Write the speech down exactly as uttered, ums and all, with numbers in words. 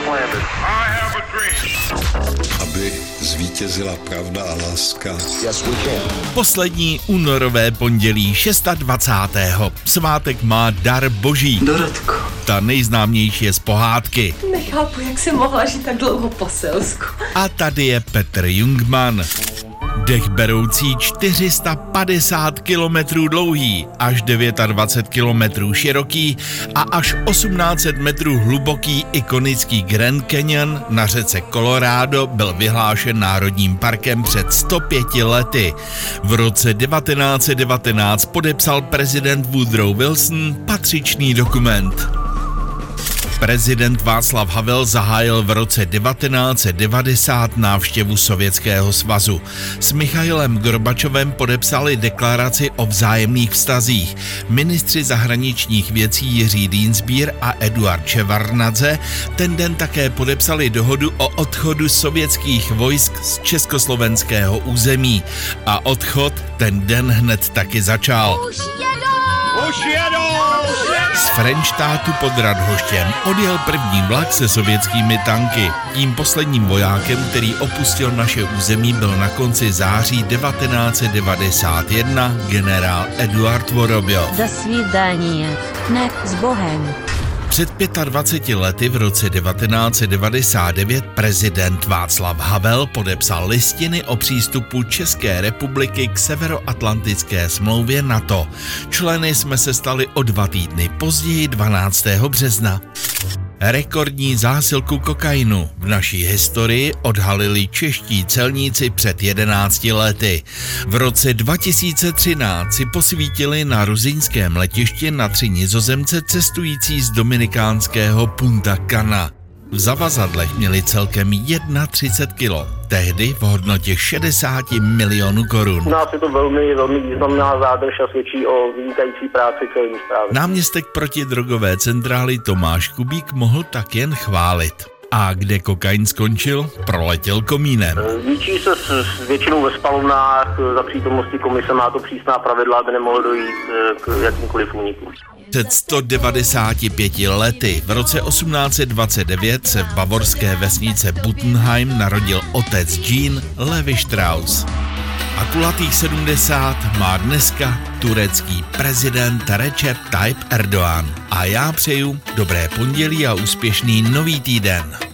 Aby zvítězila pravda a láska. Yes, we can. Poslední únorové pondělí dvacátého šestého Svátek má dar boží. Dorotko. Ta nejznámější je z pohádky. Nechápu, jak jsem mohla žít tak dlouho po Selsku. A tady je Petr Jungmann. Dechberoucí čtyři sta padesát kilometrů dlouhý, až dvacet devět kilometrů široký a až osmnáct set metrů hluboký ikonický Grand Canyon na řece Colorado byl vyhlášen národním parkem před sto pěti lety. V roce devatenáct set devatenáct podepsal prezident Woodrow Wilson patřičný dokument. Prezident Václav Havel zahájil v roce devatenáct set devadesát návštěvu Sovětského svazu. S Michailem Gorbačovem podepsali deklaraci o vzájemných vztazích. Ministři zahraničních věcí Jiří Dienstbier a Eduard Ševardnadze ten den také podepsali dohodu o odchodu sovětských vojsk z československého území. A odchod ten den hned taky začal. Už jedou! Už jedou! Z Frenštátu pod Radhoštěm odjel první vlak se sovětskými tanky. Tím posledním vojákem, který opustil naše území, byl na konci září devatenáct set devadesát jedna generál Eduard Vorobjov. Do svídání. Ne, s Bohem. Před dvaceti pěti lety v roce devatenáct set devadesát devět prezident Václav Havel podepsal listiny o přístupu České republiky k Severoatlantické smlouvě NATO. Členy jsme se stali o dva týdny později dvanáctého března. Rekordní zásilku kokainu v naší historii odhalili čeští celníci před jedenácti lety. V roce dva tisíce třináct si posvítili na ruzinském letišti na tři Nizozemce cestující z dominikánského Punta Cana. V zavazadlech měli celkem třicet jedna kilo, tehdy v hodnotě šedesát milionů korun. U nás je to velmi, velmi významná zádrž a svědčí o vynikající práci celní správy. Náměstek protidrogové centrály Tomáš Kubík mohl tak jen chválit. A kde kokain skončil, proletěl komínem. Líčí se s, s většinou ve spalovnách, za přítomnosti komise má to přísná pravidla, aby nemohlo dojít k jakýmkoliv únikům. Před sto devadesáti pěti lety v roce osmnáct set dvacet devět se v bavorské vesnice Buttenheim narodil otec Jean Levi Strauss. A kulatých sedmdesát má dneska turecký prezident Recep Tayyip Erdoğan. A já přeju dobré pondělí a úspěšný nový týden.